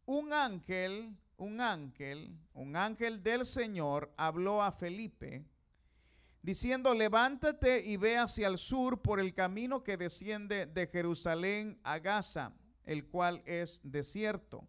un ángel del Señor habló a Felipe, diciendo: levántate y ve hacia el sur por el camino que desciende de Jerusalén a Gaza, el cual es desierto.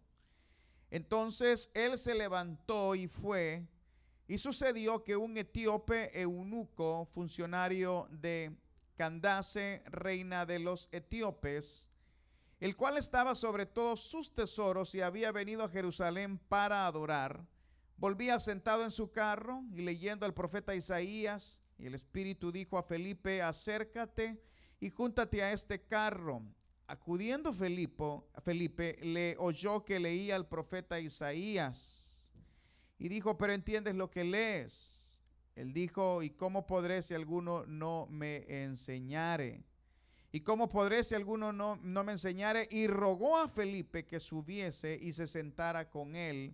Entonces él se levantó y fue, y sucedió que un etíope eunuco, funcionario de Candace, reina de los etíopes, el cual estaba sobre todos sus tesoros y había venido a Jerusalén para adorar, volvía sentado en su carro y leyendo al profeta Isaías, y el Espíritu dijo a Felipe: acércate y júntate a este carro. Acudiendo Felipe le oyó que leía al profeta Isaías y dijo: pero ¿entiendes lo que lees? Él dijo: ¿y cómo podré si alguno no me enseñare? ¿Y cómo podré si alguno no me enseñare? Y rogó a Felipe que subiese y se sentara con él.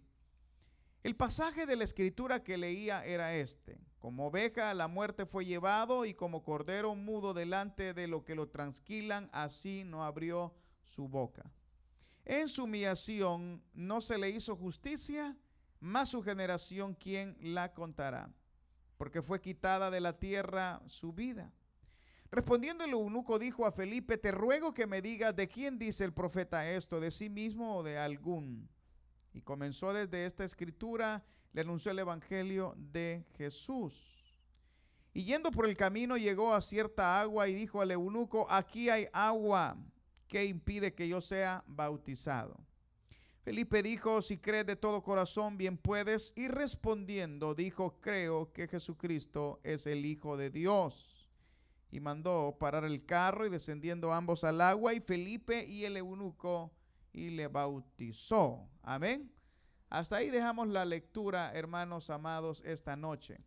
El pasaje de la escritura que leía era este: como oveja a la muerte fue llevado, y como cordero mudo delante de lo que lo trasquilan, así no abrió su boca. En su humillación no se le hizo justicia, mas su generación, ¿quién la contará? Porque fue quitada de la tierra su vida. Respondiendo el eunuco dijo a Felipe: te ruego que me digas, ¿de quién dice el profeta esto? ¿De sí mismo o de algún? Y comenzó desde esta escritura, le anunció el evangelio de Jesús. Y yendo por el camino llegó a cierta agua y dijo al eunuco: aquí hay agua, ¿qué impide que yo sea bautizado? Felipe dijo: si crees de todo corazón, bien puedes. Y respondiendo dijo: creo que Jesucristo es el Hijo de Dios. Y mandó parar el carro, y descendiendo ambos al agua, y Felipe y el eunuco, y le bautizó. Amén. Hasta ahí dejamos la lectura, hermanos amados, esta noche.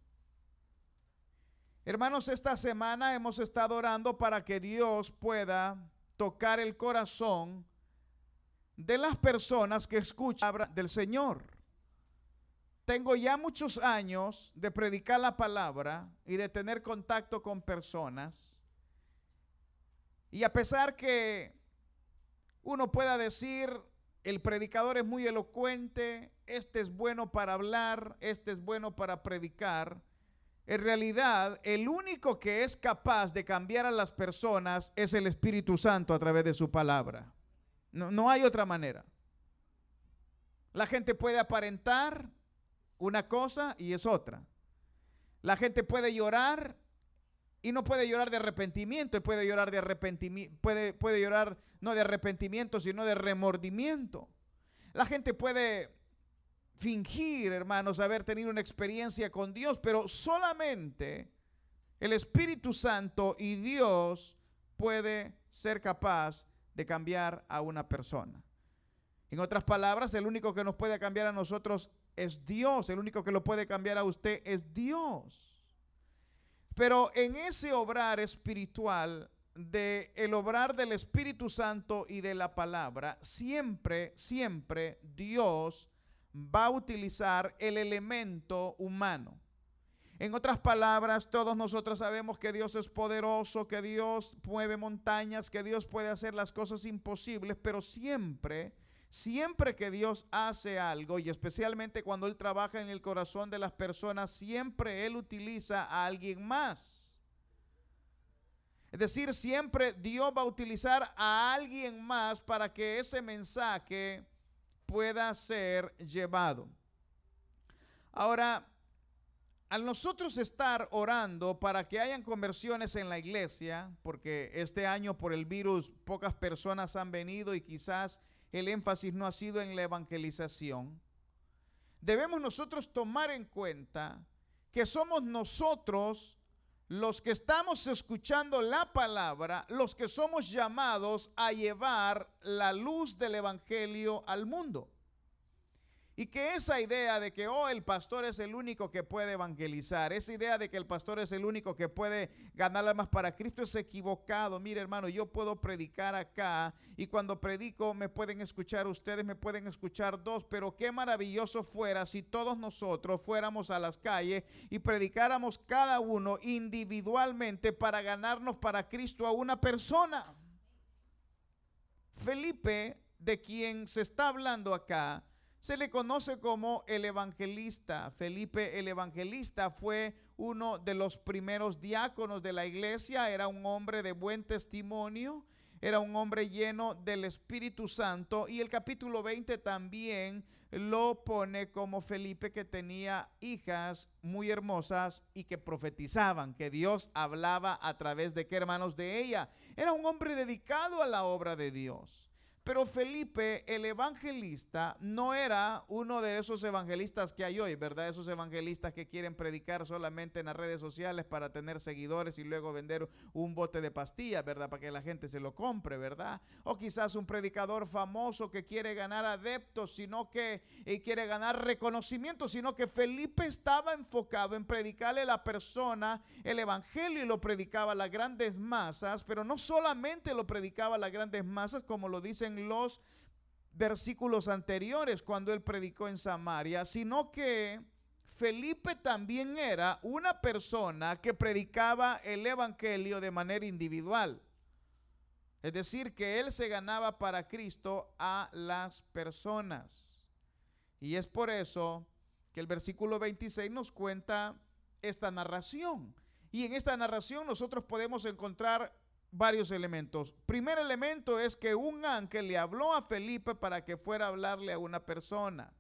Hermanos, esta semana hemos estado orando para que Dios pueda tocar el corazón de las personas que escuchan la palabra del Señor. Tengo ya muchos años de predicar la palabra y de tener contacto con personas. Y a pesar que uno pueda decir: el predicador es muy elocuente, este es bueno para hablar, este es bueno para predicar, en realidad el único que es capaz de cambiar a las personas es el Espíritu Santo a través de su palabra. No hay otra manera. La gente puede aparentar una cosa y es otra. La gente puede llorar y no puede llorar de arrepentimiento, puede llorar de arrepentimiento, puede llorar no de arrepentimiento, sino de remordimiento. La gente puede fingir, hermanos, haber tenido una experiencia con Dios, pero solamente el Espíritu Santo y Dios puede ser capaz de cambiar a una persona. En otras palabras, el único que nos puede cambiar a nosotros es Dios. El único que lo puede cambiar a usted es Dios. Pero en ese obrar espiritual, el obrar del Espíritu Santo y de la palabra, siempre Dios va a utilizar el elemento humano. En otras palabras, todos nosotros sabemos que Dios es poderoso, que Dios mueve montañas, que Dios puede hacer las cosas imposibles, pero siempre que Dios hace algo, y especialmente cuando Él trabaja en el corazón de las personas, siempre Él utiliza a alguien más. Es decir, siempre Dios va a utilizar a alguien más para que ese mensaje pueda ser llevado. Ahora, al nosotros estar orando para que hayan conversiones en la iglesia, porque este año por el virus pocas personas han venido y quizás el énfasis no ha sido en la evangelización, debemos nosotros tomar en cuenta que somos nosotros los que estamos escuchando la palabra, los que somos llamados a llevar la luz del evangelio al mundo. Y que esa idea de que el pastor es el único que puede evangelizar, esa idea de que el pastor es el único que puede ganar almas para Cristo es equivocado. Mire, hermano, yo puedo predicar acá y cuando predico me pueden escuchar ustedes, me pueden escuchar dos, pero qué maravilloso fuera si todos nosotros fuéramos a las calles y predicáramos cada uno individualmente para ganarnos para Cristo a una persona. Felipe de quien se está hablando acá se le conoce como el evangelista. Felipe el evangelista fue uno de los primeros diáconos de la iglesia. Era un hombre de buen testimonio, era un hombre lleno del Espíritu Santo, y el capítulo 20 también lo pone como Felipe, que tenía hijas muy hermosas y que profetizaban, que Dios hablaba a través de, ¿qué, hermanos?, de ella. Era un hombre dedicado a la obra de Dios. Pero Felipe el evangelista no era uno de esos evangelistas que hay hoy, ¿verdad? Esos evangelistas que quieren predicar solamente en las redes sociales para tener seguidores y luego vender un bote de pastillas, ¿verdad? Para que la gente se lo compre, ¿verdad? O quizás un predicador famoso que quiere ganar adeptos, sino que quiere ganar reconocimiento, sino que Felipe estaba enfocado en predicarle a la persona el evangelio, y lo predicaba a las grandes masas, pero no solamente lo predicaba a las grandes masas, como lo dicen los versículos anteriores cuando él predicó en Samaria, sino que Felipe también era una persona que predicaba el evangelio de manera individual. Es decir, que él se ganaba para Cristo a las personas. Y es por eso que el versículo 26 nos cuenta esta narración. Y en esta narración nosotros podemos encontrar varios elementos. Primer elemento es que un ángel le habló a Felipe para que fuera a hablarle a una persona.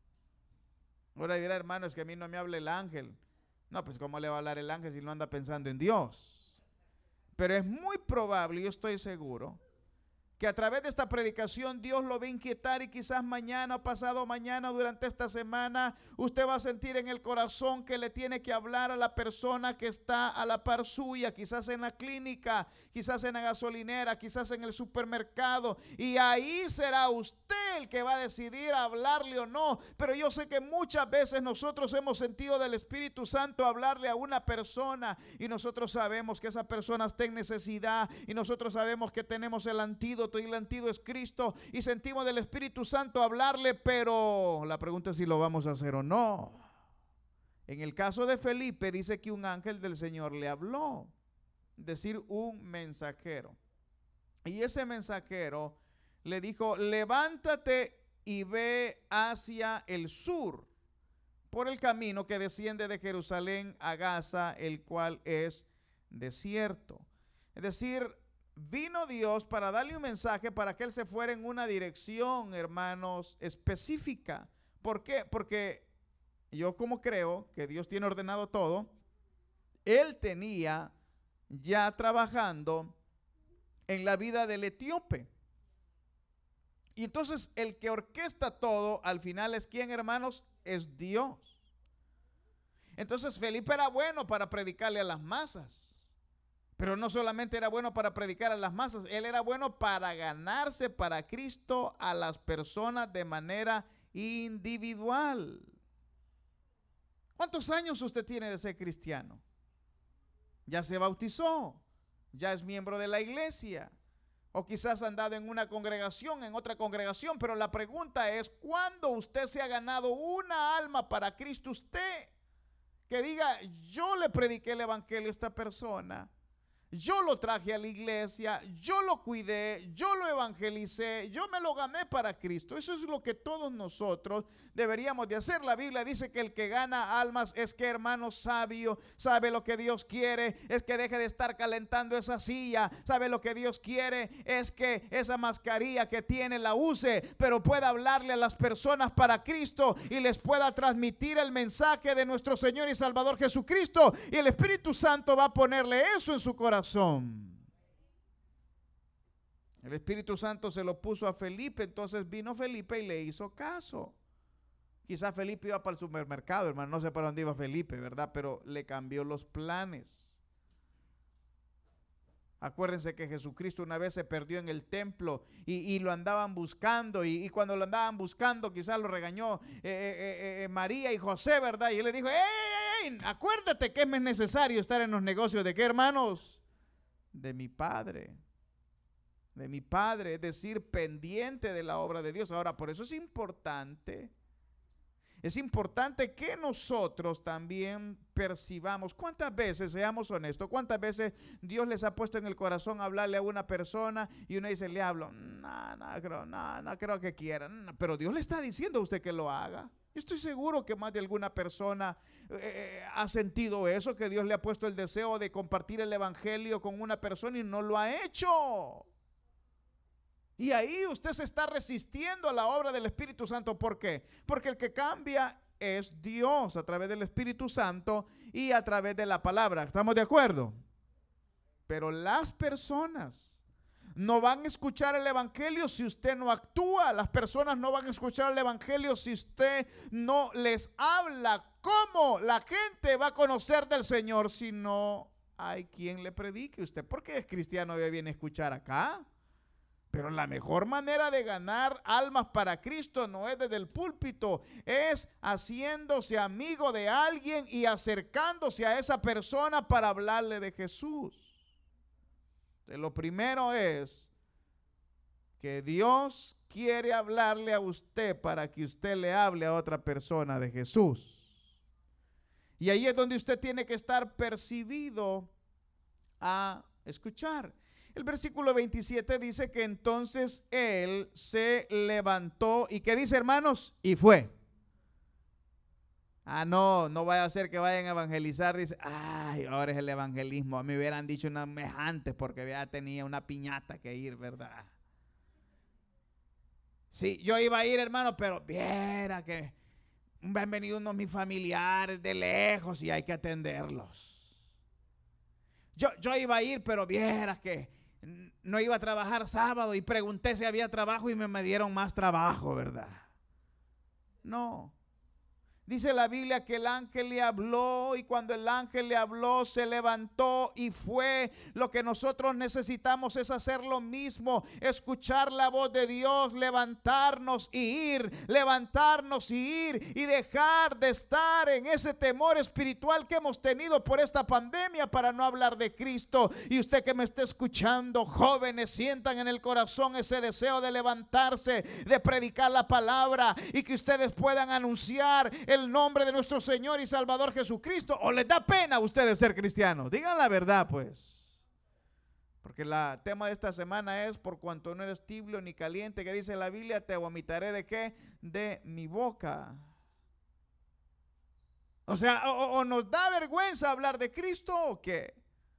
Ahora dirá, hermano, es que a mí no me habla el ángel. No, pues ¿cómo le va a hablar el ángel si no anda pensando en Dios? Pero es muy probable, yo estoy seguro, que a través de esta predicación Dios lo va a inquietar, y quizás mañana o pasado mañana, durante esta semana, usted va a sentir en el corazón que le tiene que hablar a la persona que está a la par suya, quizás en la clínica, quizás en la gasolinera, quizás en el supermercado, y ahí será usted el que va a decidir hablarle o no. Pero yo sé que muchas veces nosotros hemos sentido del Espíritu Santo hablarle a una persona, y nosotros sabemos que esa persona está en necesidad, y nosotros sabemos que tenemos el antídoto, y el antídoto es Cristo, y sentimos del Espíritu Santo hablarle, pero la pregunta es si lo vamos a hacer o no. En el caso de Felipe dice que un ángel del Señor le habló, es decir, un mensajero, y ese mensajero le dijo: levántate y ve hacia el sur por el camino que desciende de Jerusalén a Gaza, el cual es desierto. Es decir, vino Dios para darle un mensaje para que él se fuera en una dirección, hermanos, específica. ¿Por qué? Porque yo, como creo que Dios tiene ordenado todo, él tenía ya trabajando en la vida del etíope. Y entonces el que orquesta todo al final es ¿quién, hermanos? Es Dios. Entonces Felipe era bueno para predicarle a las masas. Pero no solamente era bueno para predicar a las masas, él era bueno para ganarse para Cristo a las personas de manera individual. ¿Cuántos años usted tiene de ser cristiano? ¿Ya se bautizó? ¿Ya es miembro de la iglesia? O quizás ha andado en una congregación, en otra congregación, pero la pregunta es, ¿cuándo usted se ha ganado una alma para Cristo? Usted que diga, yo le prediqué el evangelio a esta persona, yo lo traje a la iglesia, yo lo cuidé, yo lo evangelicé, yo me lo gané para Cristo. Eso es lo que todos nosotros deberíamos de hacer. La Biblia dice que el que gana almas es que, hermano, sabio, sabe lo que Dios quiere, es que deje de estar calentando esa silla, sabe lo que Dios quiere, es que esa mascarilla que tiene la use, pero pueda hablarle a las personas para Cristo y les pueda transmitir el mensaje de nuestro Señor y Salvador Jesucristo, y el Espíritu Santo va a ponerle eso en su corazón. El Espíritu Santo se lo puso a Felipe, entonces vino Felipe y le hizo caso. Quizás Felipe iba para el supermercado, hermano, no sé para dónde iba Felipe, ¿verdad? Pero le cambió los planes. Acuérdense que Jesucristo una vez se perdió en el templo y lo andaban buscando, y cuando lo andaban buscando quizás lo regañó María y José, ¿verdad? Y él le dijo, ¡Ey! Acuérdate que es necesario estar en los negocios de ¿qué, hermanos? De mi Padre, es decir, pendiente de la obra de Dios. Ahora, por eso es importante Es importante que nosotros también percibamos. ¿Cuántas veces, seamos honestos, cuántas veces Dios les ha puesto en el corazón hablarle a una persona y uno dice, le hablo? No creo que quiera. Pero Dios le está diciendo a usted que lo haga. Yo estoy seguro que más de alguna persona ha sentido eso, que Dios le ha puesto el deseo de compartir el evangelio con una persona y no lo ha hecho. Y ahí usted se está resistiendo a la obra del Espíritu Santo. ¿Por qué? Porque el que cambia es Dios a través del Espíritu Santo y a través de la palabra. ¿Estamos de acuerdo? Pero las personas no van a escuchar el evangelio si usted no actúa. Las personas no van a escuchar el evangelio si usted no les habla. ¿Cómo la gente va a conocer del Señor si no hay quien le predique? Usted, porque es cristiano, viene a escuchar acá. Pero la mejor manera de ganar almas para Cristo no es desde el púlpito, es haciéndose amigo de alguien y acercándose a esa persona para hablarle de Jesús. Entonces, lo primero es que Dios quiere hablarle a usted para que usted le hable a otra persona de Jesús. Y ahí es donde usted tiene que estar percibido a escuchar. El versículo 27 dice que entonces él se levantó y ¿qué dice, hermanos? Y fue. No vaya a ser que vayan a evangelizar. Dice, ahora es el evangelismo. A mí me hubieran dicho una mes antes porque ya tenía una piñata que ir, ¿verdad? Sí, yo iba a ir, hermano, pero viera que han venido unos mis familiares de lejos y hay que atenderlos. Yo iba a ir, pero vieras que no iba a trabajar sábado y pregunté si había trabajo y me dieron más trabajo, ¿verdad? No. Dice la Biblia que el ángel le habló y cuando el ángel le habló se levantó y fue. Lo que nosotros necesitamos es hacer lo mismo, escuchar la voz de Dios, levantarnos y ir y dejar de estar en ese temor espiritual que hemos tenido por esta pandemia para no hablar de Cristo. Y usted que me está escuchando, jóvenes, sientan en el corazón ese deseo de levantarse, de predicar la palabra y que ustedes puedan anunciar el nombre de nuestro Señor y Salvador Jesucristo. ¿O les da pena a ustedes ser cristianos? Digan la verdad, pues. Porque el tema de esta semana es: por cuanto no eres tibio ni caliente, que dice la Biblia, te vomitaré ¿de qué? De mi boca. O sea, o nos da vergüenza hablar de Cristo o qué.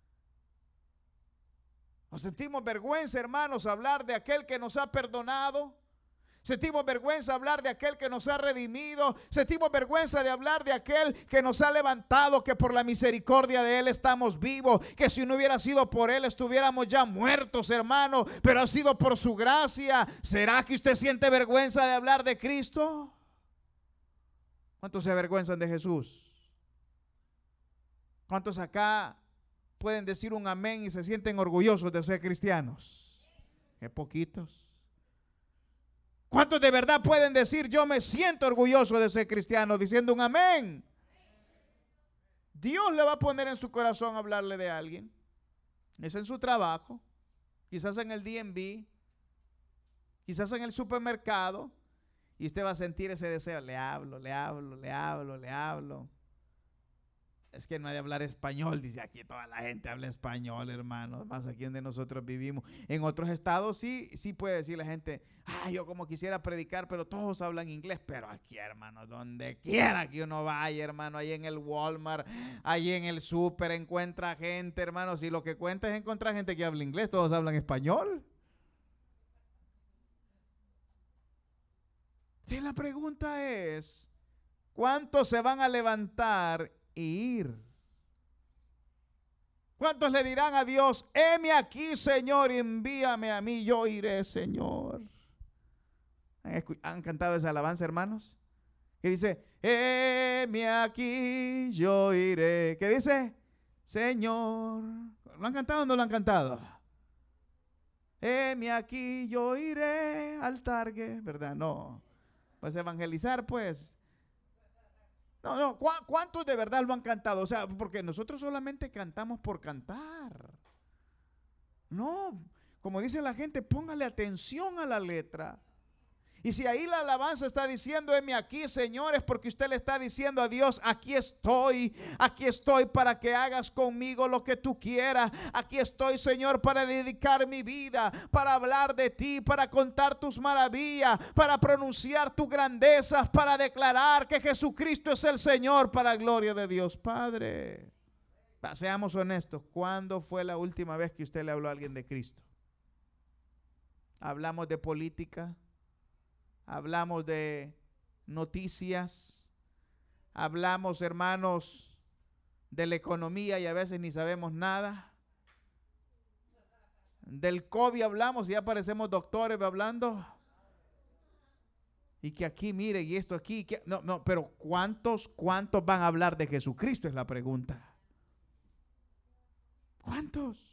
Nos sentimos vergüenza, hermanos, hablar de aquel que nos ha perdonado. Sentimos vergüenza hablar de aquel que nos ha redimido. Sentimos vergüenza de hablar de aquel que nos ha levantado, que por la misericordia de Él estamos vivos, que si no hubiera sido por Él estuviéramos ya muertos, hermano, pero ha sido por su gracia. ¿Será que usted siente vergüenza de hablar de Cristo? ¿Cuántos se avergüenzan de Jesús? ¿Cuántos acá pueden decir un amén y se sienten orgullosos de ser cristianos? Qué poquitos. ¿Cuántos de verdad pueden decir yo me siento orgulloso de ser cristiano, diciendo un amén? Dios le va a poner en su corazón hablarle de alguien. Es en su trabajo, quizás en el DMV, quizás en el supermercado, y usted va a sentir ese deseo. Le hablo. Es que no hay de hablar español, dice aquí toda la gente habla español, hermano, más aquí donde nosotros vivimos. En otros estados sí puede decir la gente, yo como quisiera predicar, pero todos hablan inglés. Pero aquí, hermano, donde quiera que uno vaya, hermano, ahí en el Walmart, ahí en el súper, encuentra gente, hermano. Si lo que cuenta es encontrar gente que habla inglés, todos hablan español. Sí, la pregunta es, ¿cuántos se van a levantar y ir? ¿Cuántos le dirán a Dios, heme aquí, Señor, envíame a mí, yo iré, Señor? ¿Han cantado esa alabanza, hermanos? Que dice, heme aquí, yo iré. ¿Qué dice? Señor. ¿Lo han cantado o no lo han cantado? Heme aquí, yo iré al Target, ¿verdad? No. Pues evangelizar, pues. No, ¿cuántos de verdad lo han cantado? O sea, porque nosotros solamente cantamos por cantar. No, como dice la gente, póngale atención a la letra. Y si ahí la alabanza está diciendo, heme aquí, Señor, es porque usted le está diciendo a Dios, aquí estoy para que hagas conmigo lo que tú quieras. Aquí estoy, Señor, para dedicar mi vida, para hablar de ti, para contar tus maravillas, para pronunciar tu grandeza, para declarar que Jesucristo es el Señor, para gloria de Dios Padre. Seamos honestos, ¿cuándo fue la última vez que usted le habló a alguien de Cristo? Hablamos de política, hablamos de noticias, hablamos, hermanos, de la economía y a veces ni sabemos nada. Del COVID hablamos y ya parecemos doctores hablando. Y que aquí, mire, y esto aquí, no, pero ¿cuántos van a hablar de Jesucristo? Es la pregunta. ¿Cuántos?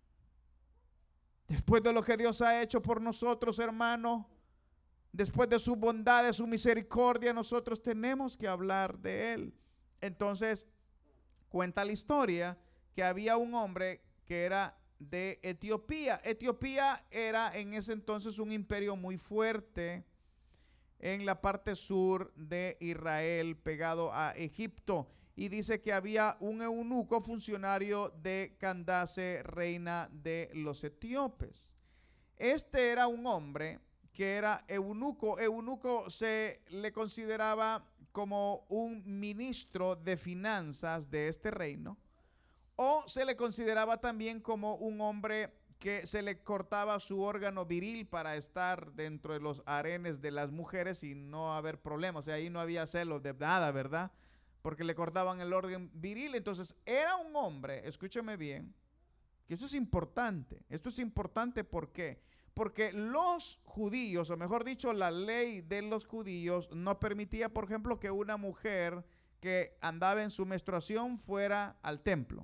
Después de lo que Dios ha hecho por nosotros, hermano, después de su bondad, de su misericordia, nosotros tenemos que hablar de Él. Entonces, cuenta la historia que había un hombre que era de Etiopía. Etiopía era en ese entonces un imperio muy fuerte en la parte sur de Israel, pegado a Egipto. Y dice que había un eunuco funcionario de Candace, reina de los etíopes. Este era un hombre que era eunuco. Eunuco se le consideraba como un ministro de finanzas de este reino, o se le consideraba también como un hombre que se le cortaba su órgano viril para estar dentro de los harenes de las mujeres y no haber problemas. O sea, ahí no había celos de nada, ¿verdad? Porque le cortaban el órgano viril. Entonces era un hombre, escúcheme bien, que esto es importante. Esto es importante, ¿por qué? Porque los judíos, o mejor dicho, la ley de los judíos no permitía, por ejemplo, que una mujer que andaba en su menstruación fuera al templo.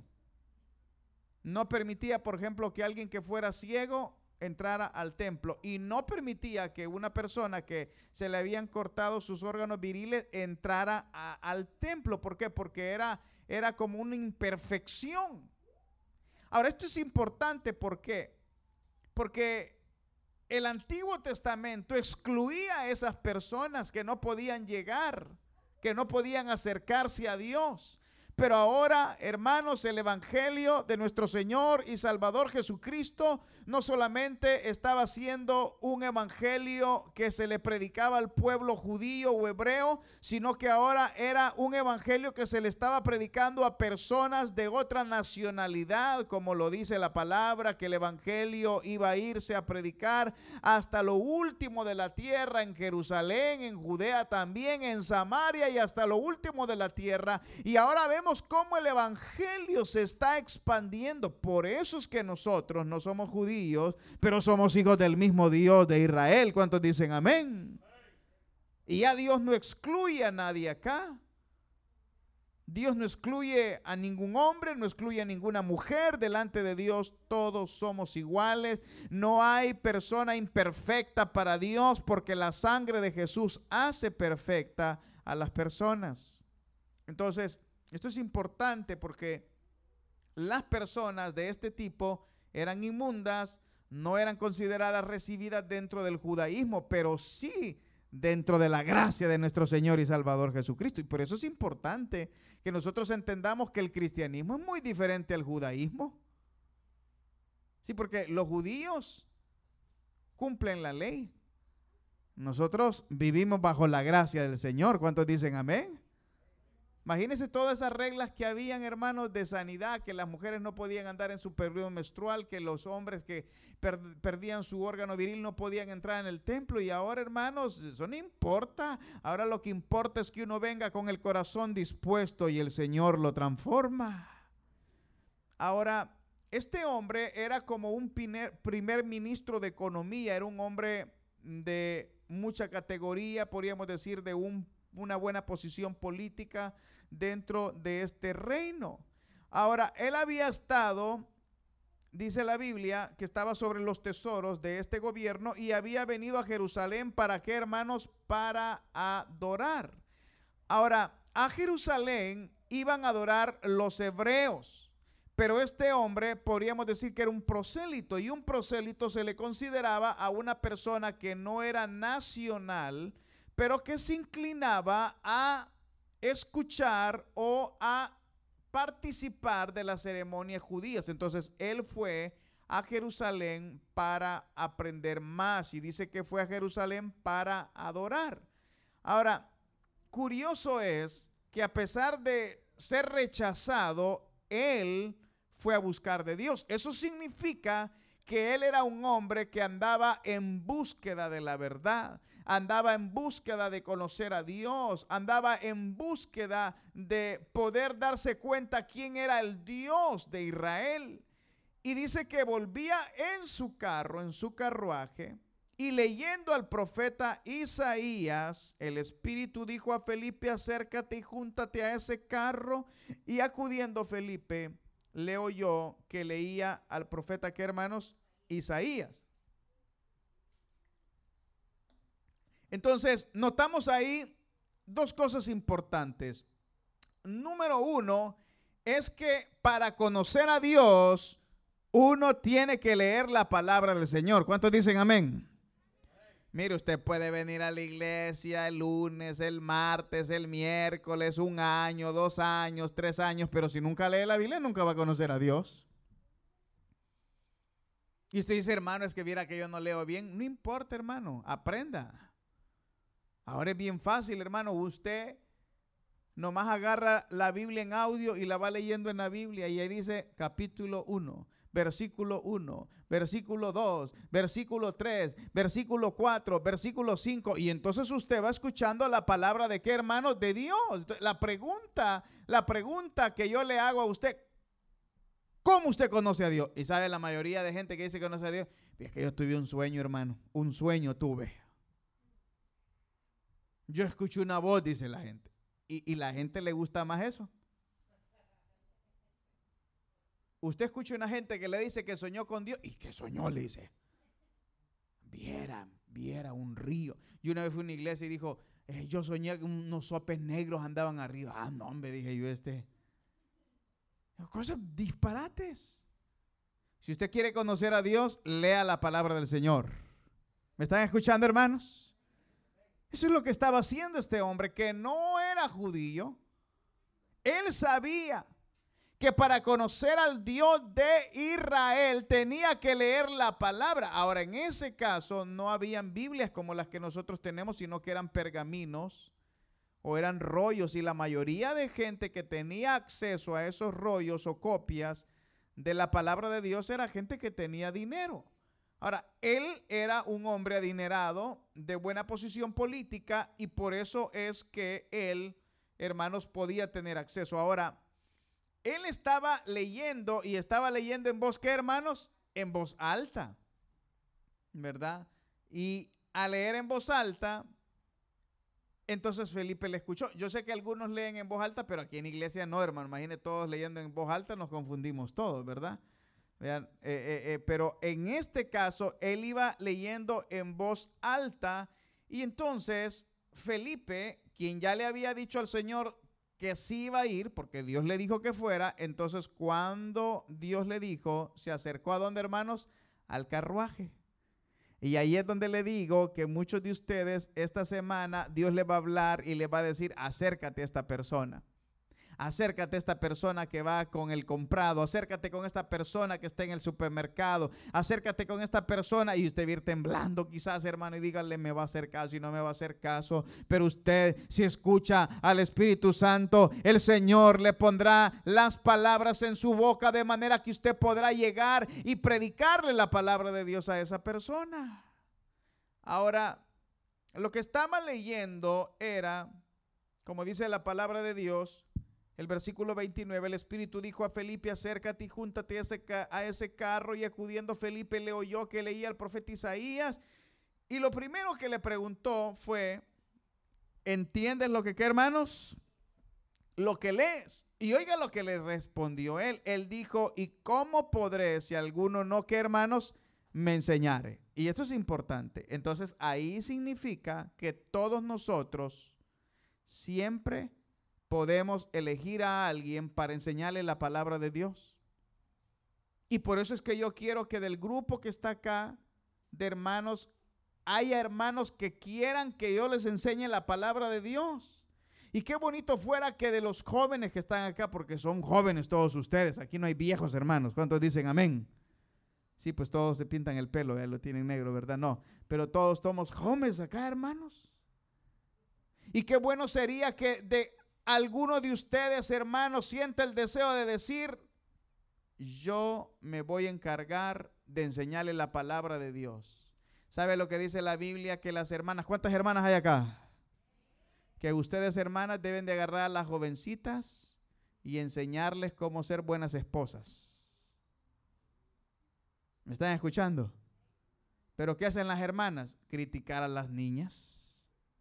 No permitía, por ejemplo, que alguien que fuera ciego entrara al templo, y no permitía que una persona que se le habían cortado sus órganos viriles entrara al templo. ¿Por qué? Porque era como una imperfección. Ahora, esto es importante, ¿por qué? Porque el Antiguo Testamento excluía a esas personas que no podían llegar, que no podían acercarse a Dios. Pero ahora, hermanos, el evangelio de nuestro Señor y Salvador Jesucristo no solamente estaba siendo un evangelio que se le predicaba al pueblo judío o hebreo, sino que ahora era un evangelio que se le estaba predicando a personas de otra nacionalidad, como lo dice la palabra, que el evangelio iba a irse a predicar hasta lo último de la tierra, en Jerusalén, en Judea también, en Samaria y hasta lo último de la tierra. Y ahora vemos cómo el evangelio se está expandiendo. Por eso es que nosotros no somos judíos, pero somos hijos del mismo Dios de Israel. ¿Cuántos dicen amén? Y ya Dios no excluye a nadie acá. Dios no excluye a ningún hombre, no excluye a ninguna mujer. Delante de Dios todos somos iguales. No hay persona imperfecta para Dios, porque la sangre de Jesús hace perfecta a las personas. Entonces, esto es importante porque las personas de este tipo eran inmundas, no eran consideradas recibidas dentro del judaísmo, pero sí dentro de la gracia de nuestro Señor y Salvador Jesucristo. Y por eso es importante que nosotros entendamos que el cristianismo es muy diferente al judaísmo. Sí, porque los judíos cumplen la ley. Nosotros vivimos bajo la gracia del Señor. ¿Cuántos dicen amén? Imagínense todas esas reglas que habían, hermanos, de sanidad, que las mujeres no podían andar en su periodo menstrual, que los hombres que perdían su órgano viril no podían entrar en el templo. Y ahora, hermanos, eso no importa. Ahora lo que importa es que uno venga con el corazón dispuesto y el Señor lo transforma. Ahora, este hombre era como un primer ministro de economía, era un hombre de mucha categoría, podríamos decir, de una buena posición política dentro de este reino. Ahora, él había estado, dice la Biblia, que estaba sobre los tesoros de este gobierno y había venido a Jerusalén. ¿Para qué, hermanos? Para adorar. Ahora, a Jerusalén iban a adorar los hebreos, Pero este hombre podríamos decir que era un prosélito, y un prosélito se le consideraba a una persona que no era nacional, pero que se inclinaba a escuchar o a participar de las ceremonias judías. Entonces él fue a Jerusalén para aprender más, y dice que fue a Jerusalén para adorar. Ahora, curioso es que a pesar de ser rechazado, él fue a buscar de Dios. Eso significa que él era un hombre que andaba en búsqueda de la verdad, andaba en búsqueda de conocer a Dios, andaba en búsqueda de poder darse cuenta quién era el Dios de Israel. Y dice que volvía en su carro, en su carruaje, y leyendo al profeta Isaías, el Espíritu dijo a Felipe: acércate y júntate a ese carro. Y acudiendo Felipe, le oyó que leía al profeta, ¿qué, hermanos? Isaías. Entonces, notamos ahí dos cosas importantes. Número uno, es que para conocer a Dios, uno tiene que leer la palabra del Señor. ¿Cuántos dicen amén? Mire, usted puede venir a la iglesia el lunes, el martes, el miércoles, 1 año, 2 años, 3 años, pero si nunca lee la Biblia, nunca va a conocer a Dios. Y usted dice: hermano, es que viera que yo no leo bien. No importa, hermano, aprenda. Ahora es bien fácil, hermano. Usted nomás agarra la Biblia en audio y la va leyendo en la Biblia, y ahí dice capítulo 1. Versículo 1, versículo 2, versículo 3, versículo 4, versículo 5. Y entonces usted va escuchando la palabra de ¿qué, hermano? De Dios. La pregunta que yo le hago a usted: ¿cómo usted conoce a Dios? Y sabe, la mayoría de gente que dice que conoce a Dios: es que yo tuve un sueño, hermano. Un sueño tuve. Yo escuché una voz, dice la gente. Y la gente le gusta más eso. Usted escucha una gente que le dice que soñó con Dios. ¿Y qué soñó? Le dice: viera un río. Y una vez fui a una iglesia y dijo: yo soñé que unos sopes negros andaban arriba. Ah, no, hombre, dije yo, cosas disparates. Si usted quiere conocer a Dios, lea la palabra del Señor. ¿Me están escuchando, hermanos? Eso es lo que estaba haciendo este hombre, que no era judío. Él sabía que para conocer al Dios de Israel tenía que leer la palabra. Ahora, en ese caso no habían Biblias como las que nosotros tenemos, sino que eran pergaminos o eran rollos, y la mayoría de gente que tenía acceso a esos rollos o copias de la palabra de Dios era gente que tenía dinero. Ahora, él era un hombre adinerado, de buena posición política, y por eso es que él, hermanos, podía tener acceso. Ahora, él estaba leyendo, y estaba leyendo en voz, ¿qué, hermanos? En voz alta, ¿verdad? Y al leer en voz alta, entonces Felipe le escuchó. Yo sé que algunos leen en voz alta, pero aquí en iglesia no, hermano. Imagínense todos leyendo en voz alta, nos confundimos todos, ¿verdad? Vean, pero en este caso, él iba leyendo en voz alta, y entonces Felipe, quien ya le había dicho al Señor que sí iba a ir, porque Dios le dijo que fuera, entonces cuando Dios le dijo, se acercó ¿a dónde, hermanos? Al carruaje. Y ahí es donde le digo que muchos de ustedes esta semana Dios le va a hablar y le va a decir: acércate a esta persona. Acércate a esta persona que va con el comprado. Acércate con esta persona que está en el supermercado. Acércate con esta persona, y usted va a ir temblando quizás, hermano, y dígale: me va a hacer caso y no me va a hacer caso. Pero usted, si escucha al Espíritu Santo, el Señor le pondrá las palabras en su boca, de manera que usted podrá llegar y predicarle la palabra de Dios a esa persona. Ahora, lo que estaba leyendo era, como dice la palabra de Dios, el versículo 29, el Espíritu dijo a Felipe: acércate y júntate a ese carro. Y acudiendo Felipe, le oyó que leía el profeta Isaías. Y lo primero que le preguntó fue: ¿entiendes lo que, qué, hermanos? Lo que lees. Y oiga lo que le respondió él. Él dijo: ¿y cómo podré si alguno no, qué, hermanos, me enseñare? Y esto es importante. Entonces ahí significa que todos nosotros siempre podemos elegir a alguien para enseñarle la palabra de Dios. Y por eso es que yo quiero que del grupo que está acá, de hermanos, haya hermanos que quieran que yo les enseñe la palabra de Dios. Y qué bonito fuera que de los jóvenes que están acá, porque son jóvenes todos ustedes, aquí no hay viejos hermanos, ¿cuántos dicen amén? Sí, pues todos se pintan el pelo, lo tienen negro, ¿verdad? No, pero todos somos jóvenes acá, hermanos. Y qué bueno sería que de alguno de ustedes, hermanos, sienta el deseo de decir: yo me voy a encargar de enseñarle la palabra de Dios. ¿Sabe lo que dice la Biblia? Que las hermanas, ¿cuántas hermanas hay acá? Que ustedes, hermanas, deben de agarrar a las jovencitas y enseñarles cómo ser buenas esposas. ¿Me están escuchando? ¿Pero qué hacen las hermanas? Criticar a las niñas.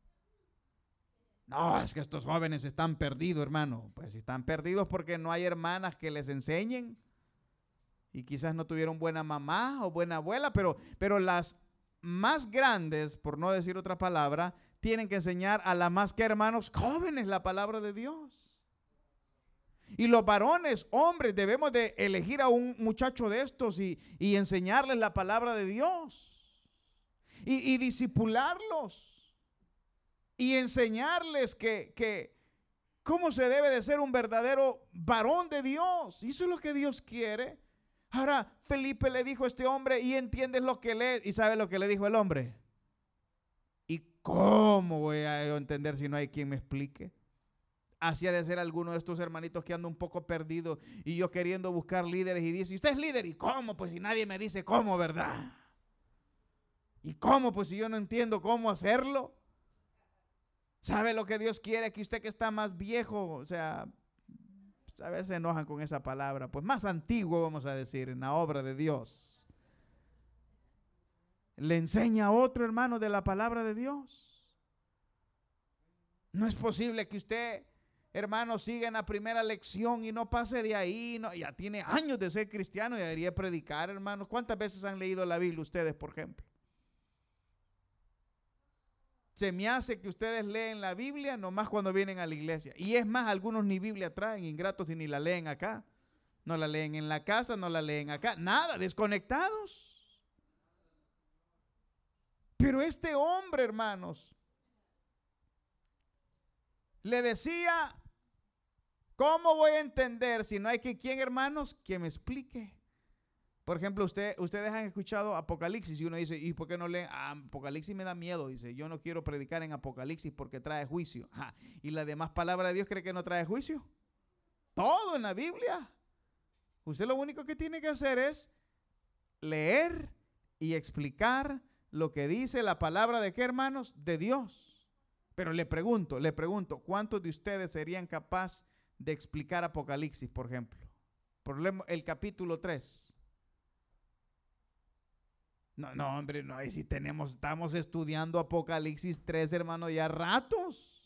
No, es que estos jóvenes están perdidos, hermano. Pues están perdidos porque no hay hermanas que les enseñen. Y quizás no tuvieron buena mamá o buena abuela, pero las más grandes, por no decir otra palabra, tienen que enseñar a las más que hermanos jóvenes la palabra de Dios. Y los varones, hombres, debemos de elegir a un muchacho de estos y enseñarles la palabra de Dios. Y discipularlos. Y enseñarles que cómo se debe de ser un verdadero varón de Dios. Y eso es lo que Dios quiere. Ahora Felipe le dijo a este hombre: ¿y entiendes lo que lee? ¿Y sabe lo que le dijo el hombre? ¿Y cómo voy a entender si no hay quien me explique? Así ha de ser alguno de estos hermanitos que anda un poco perdido y yo queriendo buscar líderes y dice: ¿usted es líder? ¿Y cómo? Pues si nadie me dice cómo, ¿verdad? ¿Y cómo? Pues si yo no entiendo cómo hacerlo. ¿Sabe lo que Dios quiere? Que usted que está más viejo, o sea, a veces se enojan con esa palabra, pues más antiguo, vamos a decir, en la obra de Dios, le enseña a otro hermano de la palabra de Dios. No es posible que usted, hermano, siga en la primera lección y no pase de ahí. No, ya tiene años de ser cristiano y debería predicar, hermanos. ¿Cuántas veces han leído la Biblia ustedes, por ejemplo? Se me hace que ustedes leen la Biblia nomás cuando vienen a la iglesia. Y es más, algunos ni Biblia traen, ingratos, y ni la leen acá. No la leen en la casa, no la leen acá. Nada, desconectados. Pero este hombre, hermanos, le decía: ¿cómo voy a entender si no hay quien, hermanos, que me explique? Por ejemplo, ustedes han escuchado Apocalipsis y uno dice: ¿y por qué no leen? Apocalipsis me da miedo. Dice: yo no quiero predicar en Apocalipsis porque trae juicio. ¿Y la demás palabra de Dios cree que no trae juicio? Todo en la Biblia. Usted lo único que tiene que hacer es leer y explicar lo que dice la palabra de ¿qué, hermanos? De Dios. Pero le pregunto, ¿cuántos de ustedes serían capaces de explicar Apocalipsis, por ejemplo? El capítulo 3. No, hombre, no, y si estamos estudiando Apocalipsis 3, hermano, ya ratos.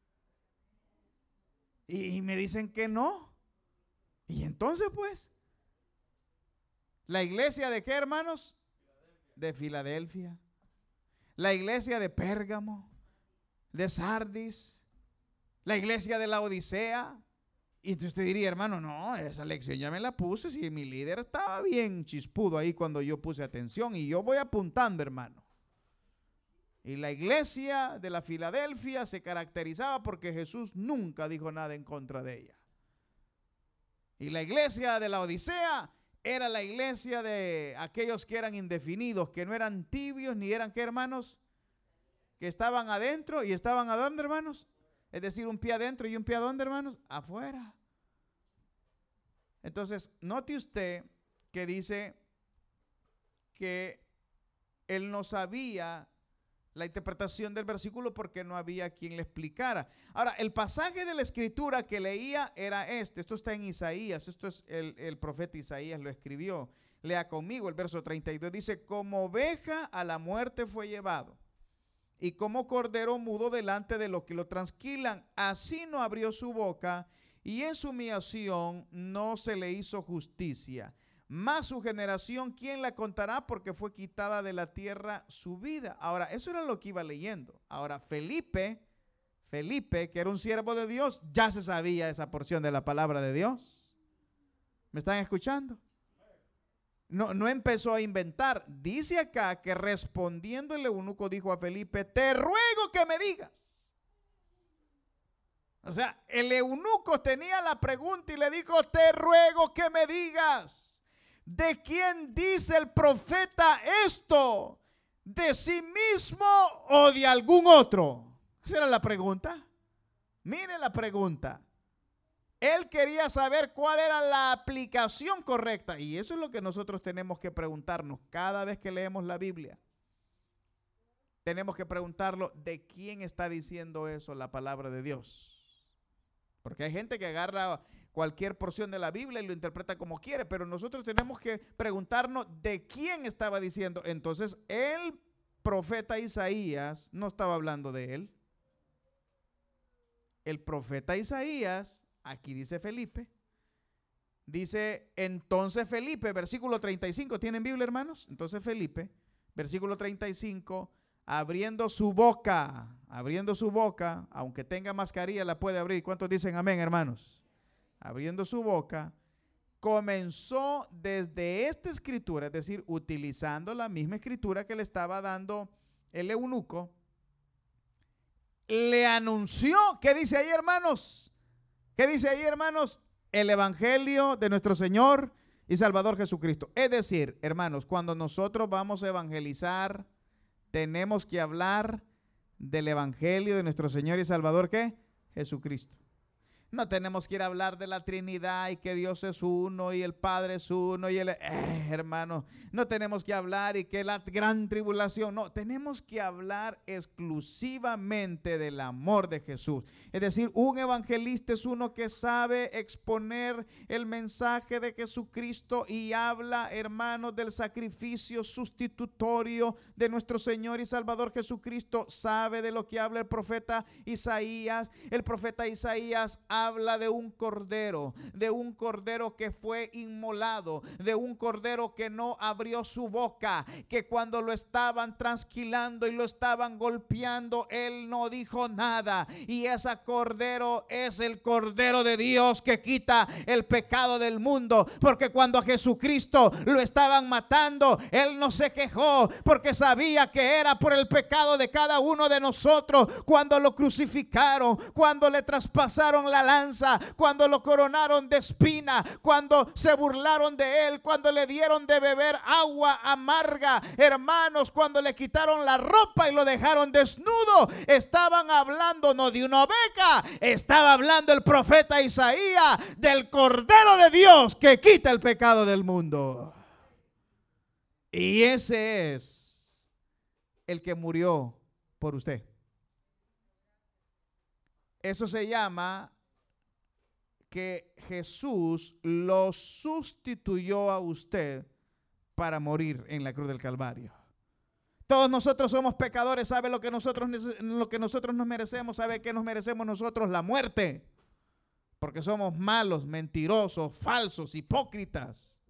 Y me dicen que no. Y entonces, pues, ¿la iglesia de qué, hermanos? De Filadelfia. La iglesia de Pérgamo, de Sardis, la iglesia de la Odisea. Y entonces usted diría: hermano, no, esa lección ya me la puse. Si mi líder estaba bien chispudo ahí cuando yo puse atención, y yo voy apuntando, hermano. Y la iglesia de la Filadelfia se caracterizaba porque Jesús nunca dijo nada en contra de ella. Y la iglesia de la Odisea era la iglesia de aquellos que eran indefinidos, que no eran tibios, ni eran, ¿qué, hermanos? Que estaban adentro y estaban ¿adónde, hermanos? Es decir, un pie adentro y un pie ¿adónde, hermanos? Afuera. Entonces, note usted que dice que él no sabía la interpretación del versículo porque no había quien le explicara. Ahora, el pasaje de la escritura que leía era este. Esto está en Isaías. Esto es el profeta Isaías lo escribió. Lea conmigo el verso 32. Dice: como oveja a la muerte fue llevado, y como cordero mudo delante de los que lo trasquilan, así no abrió su boca, y en su humillación no se le hizo justicia. Mas su generación, ¿quién la contará? Porque fue quitada de la tierra su vida. Ahora, eso era lo que iba leyendo. Ahora, Felipe, que era un siervo de Dios, ya se sabía esa porción de la palabra de Dios. ¿Me están escuchando? No empezó a inventar. Dice acá que respondiendo el eunuco dijo a Felipe: te ruego que me digas. O sea, el eunuco tenía la pregunta y le dijo: te ruego que me digas, ¿de quién dice el profeta esto? ¿De sí mismo o de algún otro? Esa era la pregunta. Mire la pregunta. Él quería saber cuál era la aplicación correcta. Y eso es lo que nosotros tenemos que preguntarnos cada vez que leemos la Biblia. Tenemos que preguntarlo: ¿de quién está diciendo eso la palabra de Dios? Porque hay gente que agarra cualquier porción de la Biblia y lo interpreta como quiere, pero nosotros tenemos que preguntarnos de quién estaba diciendo. Entonces, el profeta Isaías no estaba hablando de él. El profeta Isaías, aquí dice Felipe, dice entonces Felipe, versículo 35, ¿tienen Biblia, hermanos? Entonces Felipe, versículo 35, abriendo su boca, aunque tenga mascarilla la puede abrir. ¿Cuántos dicen amén, hermanos? Abriendo su boca, comenzó desde esta escritura, es decir, utilizando la misma escritura que le estaba dando el eunuco, le anunció. ¿Qué dice ahí, hermanos? ¿Qué dice ahí, hermanos? El evangelio de nuestro Señor y Salvador Jesucristo. Es decir, hermanos, cuando nosotros vamos a evangelizar, tenemos que hablar del evangelio de nuestro Señor y Salvador, ¿qué? Jesucristo. No tenemos que ir a hablar de la Trinidad y que Dios es uno y el Padre es uno y el... hermano, no tenemos que hablar y que la gran tribulación. No, tenemos que hablar exclusivamente del amor de Jesús. Es decir, un evangelista es uno que sabe exponer el mensaje de Jesucristo y habla, hermanos, del sacrificio sustitutorio de nuestro Señor y Salvador Jesucristo. Sabe de lo que habla el profeta Isaías. El profeta Isaías habla de un cordero que fue inmolado, de un cordero que no abrió su boca, que cuando lo estaban trasquilando y lo estaban golpeando, él no dijo nada. Y ese cordero es el Cordero de Dios que quita el pecado del mundo, porque cuando a Jesucristo lo estaban matando, él no se quejó, porque sabía que era por el pecado de cada uno de nosotros. Cuando lo crucificaron, cuando le traspasaron la lanza, cuando lo coronaron de espina, cuando se burlaron de él, cuando le dieron de beber agua amarga, hermanos, cuando le quitaron la ropa y lo dejaron desnudo, estaban hablando no de una oveja, estaba hablando el profeta Isaías del Cordero de Dios que quita el pecado del mundo. Y ese es el que murió por usted. Eso se llama que Jesús lo sustituyó a usted para morir en la cruz del Calvario. Todos nosotros somos pecadores. ¿Sabe lo que nosotros nos merecemos? ¿Sabe que nos merecemos nosotros? La muerte. Porque somos malos, mentirosos, falsos, hipócritas.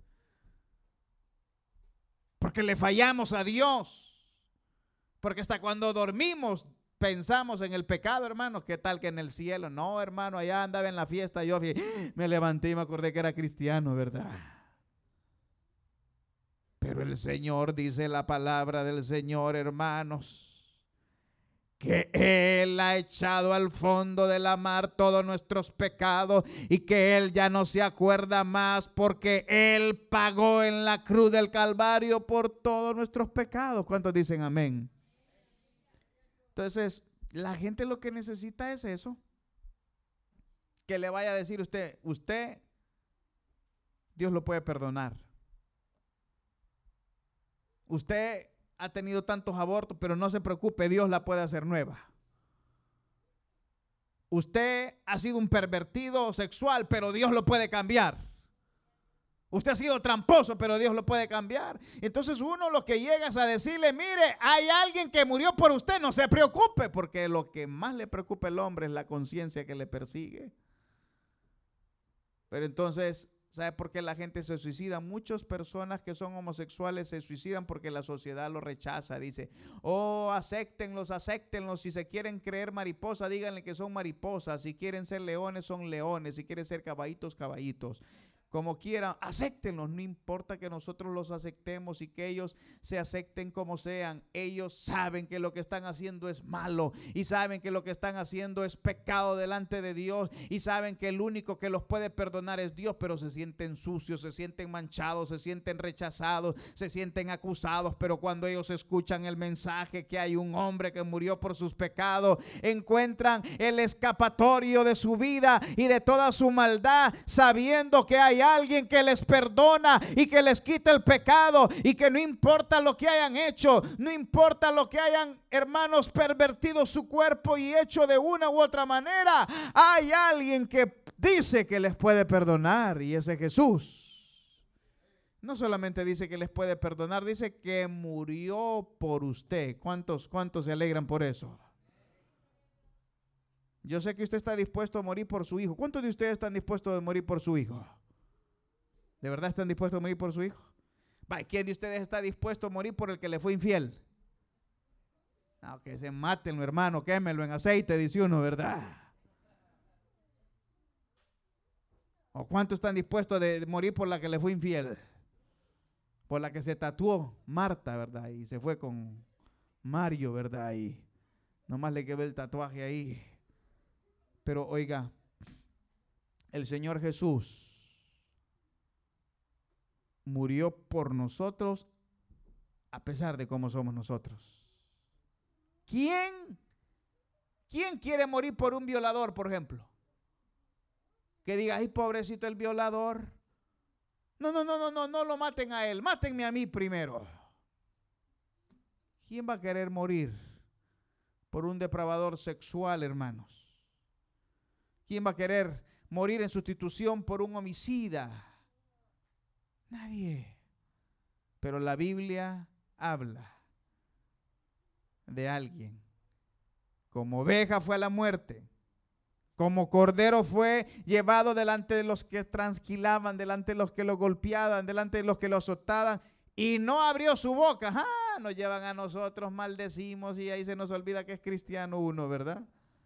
Porque le fallamos a Dios. Porque hasta cuando dormimos pensamos en el pecado, hermano. ¿Qué tal que en el cielo? No, hermano, allá andaba en la fiesta. Yo me levanté y me acordé que era cristiano, ¿verdad? Pero el Señor, dice la palabra del Señor, hermanos, que Él ha echado al fondo de la mar todos nuestros pecados y que Él ya no se acuerda más, porque Él pagó en la cruz del Calvario por todos nuestros pecados. ¿Cuántos dicen amén? Entonces, la gente lo que necesita es eso. Que le vaya a decir usted, Dios lo puede perdonar. Usted ha tenido tantos abortos, pero no se preocupe, Dios la puede hacer nueva. Usted ha sido un pervertido sexual, pero Dios lo puede cambiar. Usted ha sido tramposo, pero Dios lo puede cambiar. Entonces uno lo que llega es a decirle: mire, hay alguien que murió por usted, no se preocupe, porque lo que más le preocupa al hombre es la conciencia que le persigue. Pero entonces, ¿sabe por qué la gente se suicida? Muchas personas que son homosexuales se suicidan porque la sociedad los rechaza. Dice: oh, acéptenlos, si se quieren creer mariposa, díganle que son mariposas, si quieren ser leones, son leones, si quieren ser caballitos, caballitos. como quieran, acéptenlos, no importa que nosotros los aceptemos y que ellos se acepten como sean. Ellos saben que lo que están haciendo es malo y saben que lo que están haciendo es pecado delante de Dios y saben que el único que los puede perdonar es Dios, pero se sienten sucios, se sienten manchados, se sienten rechazados, se sienten acusados. Pero cuando ellos escuchan el mensaje que hay un hombre que murió por sus pecados, encuentran el escapatorio de su vida y de toda su maldad, sabiendo que hay alguien que les perdona y que les quita el pecado, y que no importa lo que hayan hecho, no importa lo que hayan, hermanos, pervertido su cuerpo y hecho de una u otra manera, hay alguien que dice que les puede perdonar, y ese es Jesús. No solamente dice que les puede perdonar, dice que murió por usted. ¿Cuántos se alegran por eso? Yo sé que usted está dispuesto a morir por su hijo. ¿Cuántos de ustedes están dispuestos a morir por su hijo? ¿De verdad están dispuestos a morir por su hijo? ¿Quién de ustedes está dispuesto a morir por el que le fue infiel? No, que se mátenlo, hermano, quémelo en aceite, dice uno, ¿verdad? ¿O cuántos están dispuestos a morir por la que le fue infiel? Por la que se tatuó Marta, ¿verdad? Y se fue con Mario, ¿verdad? Y nomás le quedó el tatuaje ahí. Pero oiga, el Señor Jesús murió por nosotros a pesar de cómo somos nosotros. ¿Quién quiere morir por un violador, por ejemplo? Que diga, ay, pobrecito el violador. No lo maten a él, mátenme a mí primero. ¿Quién va a querer morir por un depravador sexual, hermanos? ¿Quién va a querer morir en sustitución por un homicida? Nadie. Pero la Biblia habla de alguien. Como oveja fue a la muerte, como cordero fue llevado delante de los que transquilaban, delante de los que lo golpeaban, delante de los que lo azotaban, y no abrió su boca. Nos llevan a nosotros, maldecimos, y ahí se nos olvida que es cristiano uno, ¿verdad?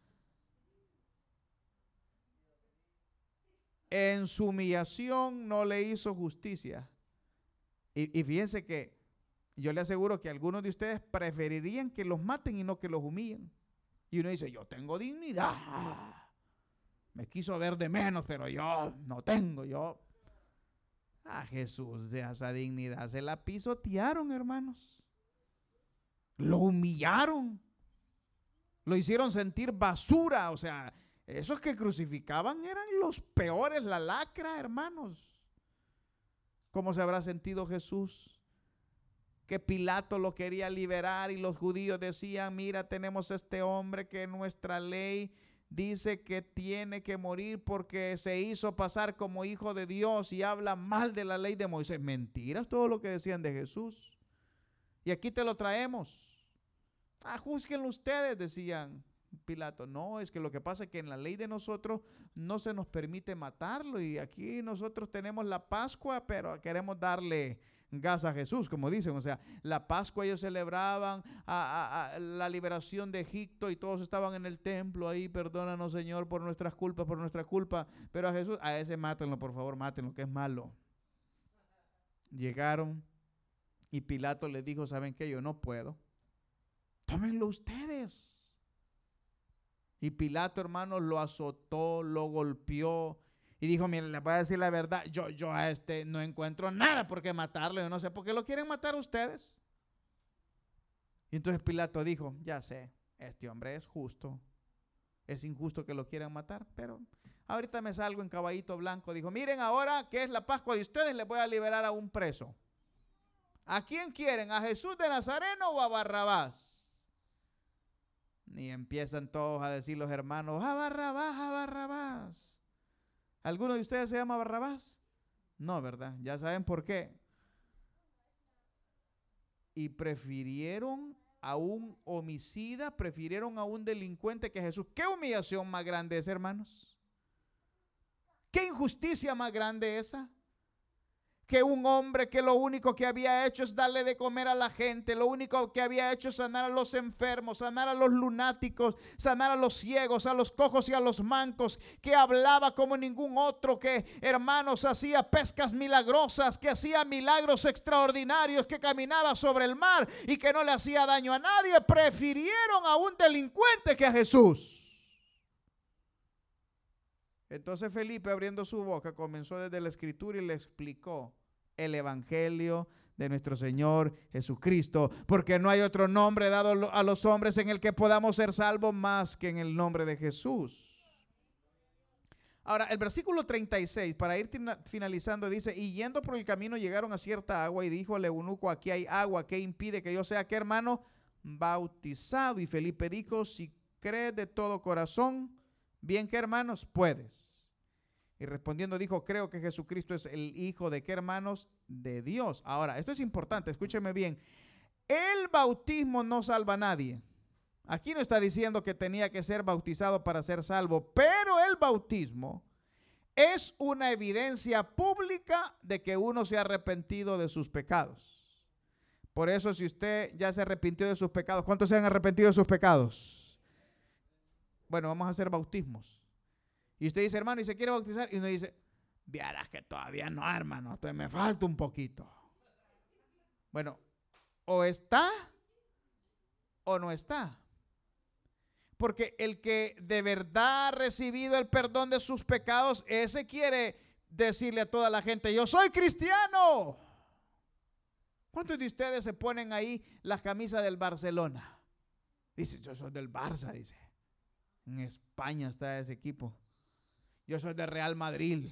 En su humillación no le hizo justicia. Y fíjense que yo le aseguro que algunos de ustedes preferirían que los maten y no que los humillen. Y uno dice, yo tengo dignidad. Me quiso ver de menos, pero yo no tengo, A Jesús de esa dignidad se la pisotearon, hermanos. Lo humillaron. Lo hicieron sentir basura, o sea, esos que crucificaban eran los peores, la lacra, hermanos. ¿Cómo se habrá sentido Jesús? Que Pilato lo quería liberar y los judíos decían, mira, tenemos este hombre que en nuestra ley dice que tiene que morir porque se hizo pasar como hijo de Dios y habla mal de la ley de Moisés. Mentiras todo lo que decían de Jesús. Y aquí te lo traemos. Júzguenlo ustedes, decían. Pilato, no, es que lo que pasa es que en la ley de nosotros no se nos permite matarlo, y aquí nosotros tenemos la Pascua, pero queremos darle gas a Jesús, como dicen. O sea, la Pascua ellos celebraban a la liberación de Egipto y todos estaban en el templo ahí, perdónanos Señor por nuestra culpa, pero a Jesús, a ese mátenlo, por favor, mátenlo, que es malo. Llegaron y Pilato les dijo, ¿saben qué? Yo no puedo, tómenlo ustedes. Y Pilato, hermanos, lo azotó, lo golpeó y dijo, miren, les voy a decir la verdad, yo a este no encuentro nada por qué matarlo, yo no sé por qué lo quieren matar ustedes. Y entonces Pilato dijo, ya sé, este hombre es justo, es injusto que lo quieran matar, pero ahorita me salgo en caballito blanco. Dijo, miren, ahora que es la Pascua de ustedes, les voy a liberar a un preso. ¿A quién quieren? ¿A Jesús de Nazareno o a Barrabás? Y empiezan todos a decir los hermanos, a Barrabás, a Barrabás. ¿Alguno de ustedes se llama Barrabás? No, ¿verdad? Ya saben por qué. Y prefirieron a un homicida, prefirieron a un delincuente que a Jesús. ¿Qué humillación más grande es, hermanos? ¿Qué injusticia más grande esa? que un hombre que lo único que había hecho es darle de comer a la gente, lo único que había hecho es sanar a los enfermos, sanar a los lunáticos, sanar a los ciegos, a los cojos y a los mancos, que hablaba como ningún otro, que, hermanos, hacía pescas milagrosas, que hacía milagros extraordinarios, que caminaba sobre el mar y que no le hacía daño a nadie. Prefirieron a un delincuente que a Jesús. Entonces Felipe, abriendo su boca, comenzó desde la escritura y le explicó el evangelio de nuestro Señor Jesucristo, porque no hay otro nombre dado a los hombres en el que podamos ser salvos más que en el nombre de Jesús. Ahora, el versículo 36, para ir finalizando, dice: y yendo por el camino llegaron a cierta agua, y dijo al eunuco: aquí hay agua, ¿qué impide que yo sea, qué, hermano? Bautizado. Y Felipe dijo: si crees de todo corazón, bien, que, hermanos, puedes. Y respondiendo dijo: creo que Jesucristo es el Hijo de, ¿qué, hermanos? De Dios. Ahora, esto es importante, escúcheme bien. El bautismo no salva a nadie. Aquí no está diciendo que tenía que ser bautizado para ser salvo, pero el bautismo es una evidencia pública de que uno se ha arrepentido de sus pecados. Por eso, si usted ya se arrepintió de sus pecados, ¿cuántos se han arrepentido de sus pecados? Bueno, vamos a hacer bautismos. Y usted dice: hermano, ¿y se quiere bautizar? Y uno dice: vieras que todavía no, hermano, entonces me falta un poquito. Bueno, o está o no está. Porque el que de verdad ha recibido el perdón de sus pecados, ese quiere decirle a toda la gente: yo soy cristiano. ¿Cuántos de ustedes se ponen ahí las camisas del Barcelona? Dice: yo soy del Barça, dice. En España está ese equipo. Yo soy de Real Madrid.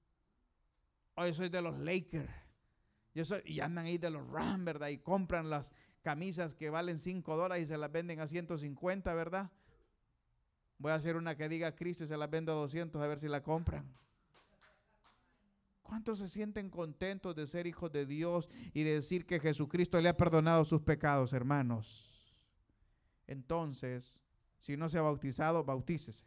O yo soy de los Lakers. Y andan ahí de los Rams, ¿verdad? Y compran las camisas que valen $5 y se las venden a 150, ¿verdad? Voy a hacer una que diga Cristo y se las vendo a 200 a ver si la compran. ¿Cuántos se sienten contentos de ser hijos de Dios y de decir que Jesucristo le ha perdonado sus pecados, hermanos? Entonces, si no se ha bautizado, bautícese.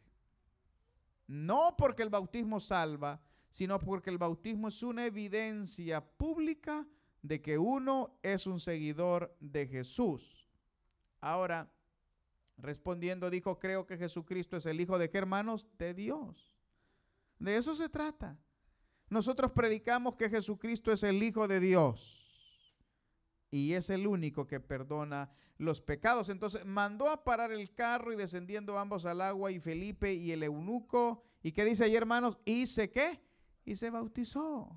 No porque el bautismo salva, sino porque el bautismo es una evidencia pública de que uno es un seguidor de Jesús. Ahora, respondiendo, dijo: creo que Jesucristo es el Hijo de, ¿qué, hermanos? De Dios. De eso se trata. Nosotros predicamos que Jesucristo es el Hijo de Dios y es el único que perdona los pecados. Entonces mandó a parar el carro y descendiendo ambos al agua, y Felipe y el eunuco, ¿y qué dice ahí, hermanos? ¿Y se qué? Y se bautizó.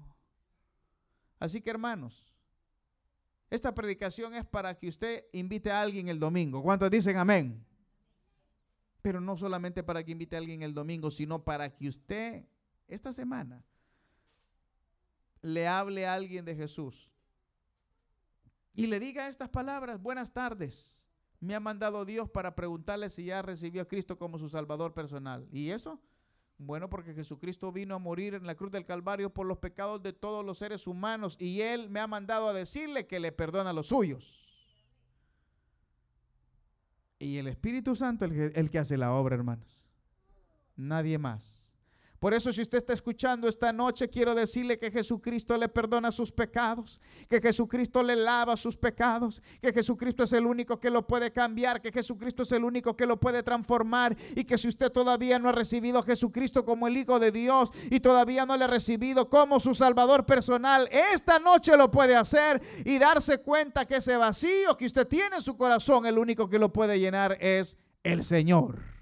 Así que, hermanos, esta predicación es para que usted invite a alguien el domingo. ¿Cuántos dicen amén? Pero no solamente para que invite a alguien el domingo, sino para que usted esta semana le hable a alguien de Jesús y le diga estas palabras: buenas tardes, me ha mandado Dios para preguntarle si ya recibió a Cristo como su Salvador personal. ¿Y eso? Bueno, porque Jesucristo vino a morir en la cruz del Calvario por los pecados de todos los seres humanos, y Él me ha mandado a decirle que le perdona los suyos. Y el Espíritu Santo es el que hace la obra, hermanos. Nadie más. Por eso, si usted está escuchando esta noche, quiero decirle que Jesucristo le perdona sus pecados, que Jesucristo le lava sus pecados, que Jesucristo es el único que lo puede cambiar, que Jesucristo es el único que lo puede transformar, y que si usted todavía no ha recibido a Jesucristo como el Hijo de Dios y todavía no le ha recibido como su Salvador personal, esta noche lo puede hacer y darse cuenta que ese vacío que usted tiene en su corazón, el único que lo puede llenar es el Señor.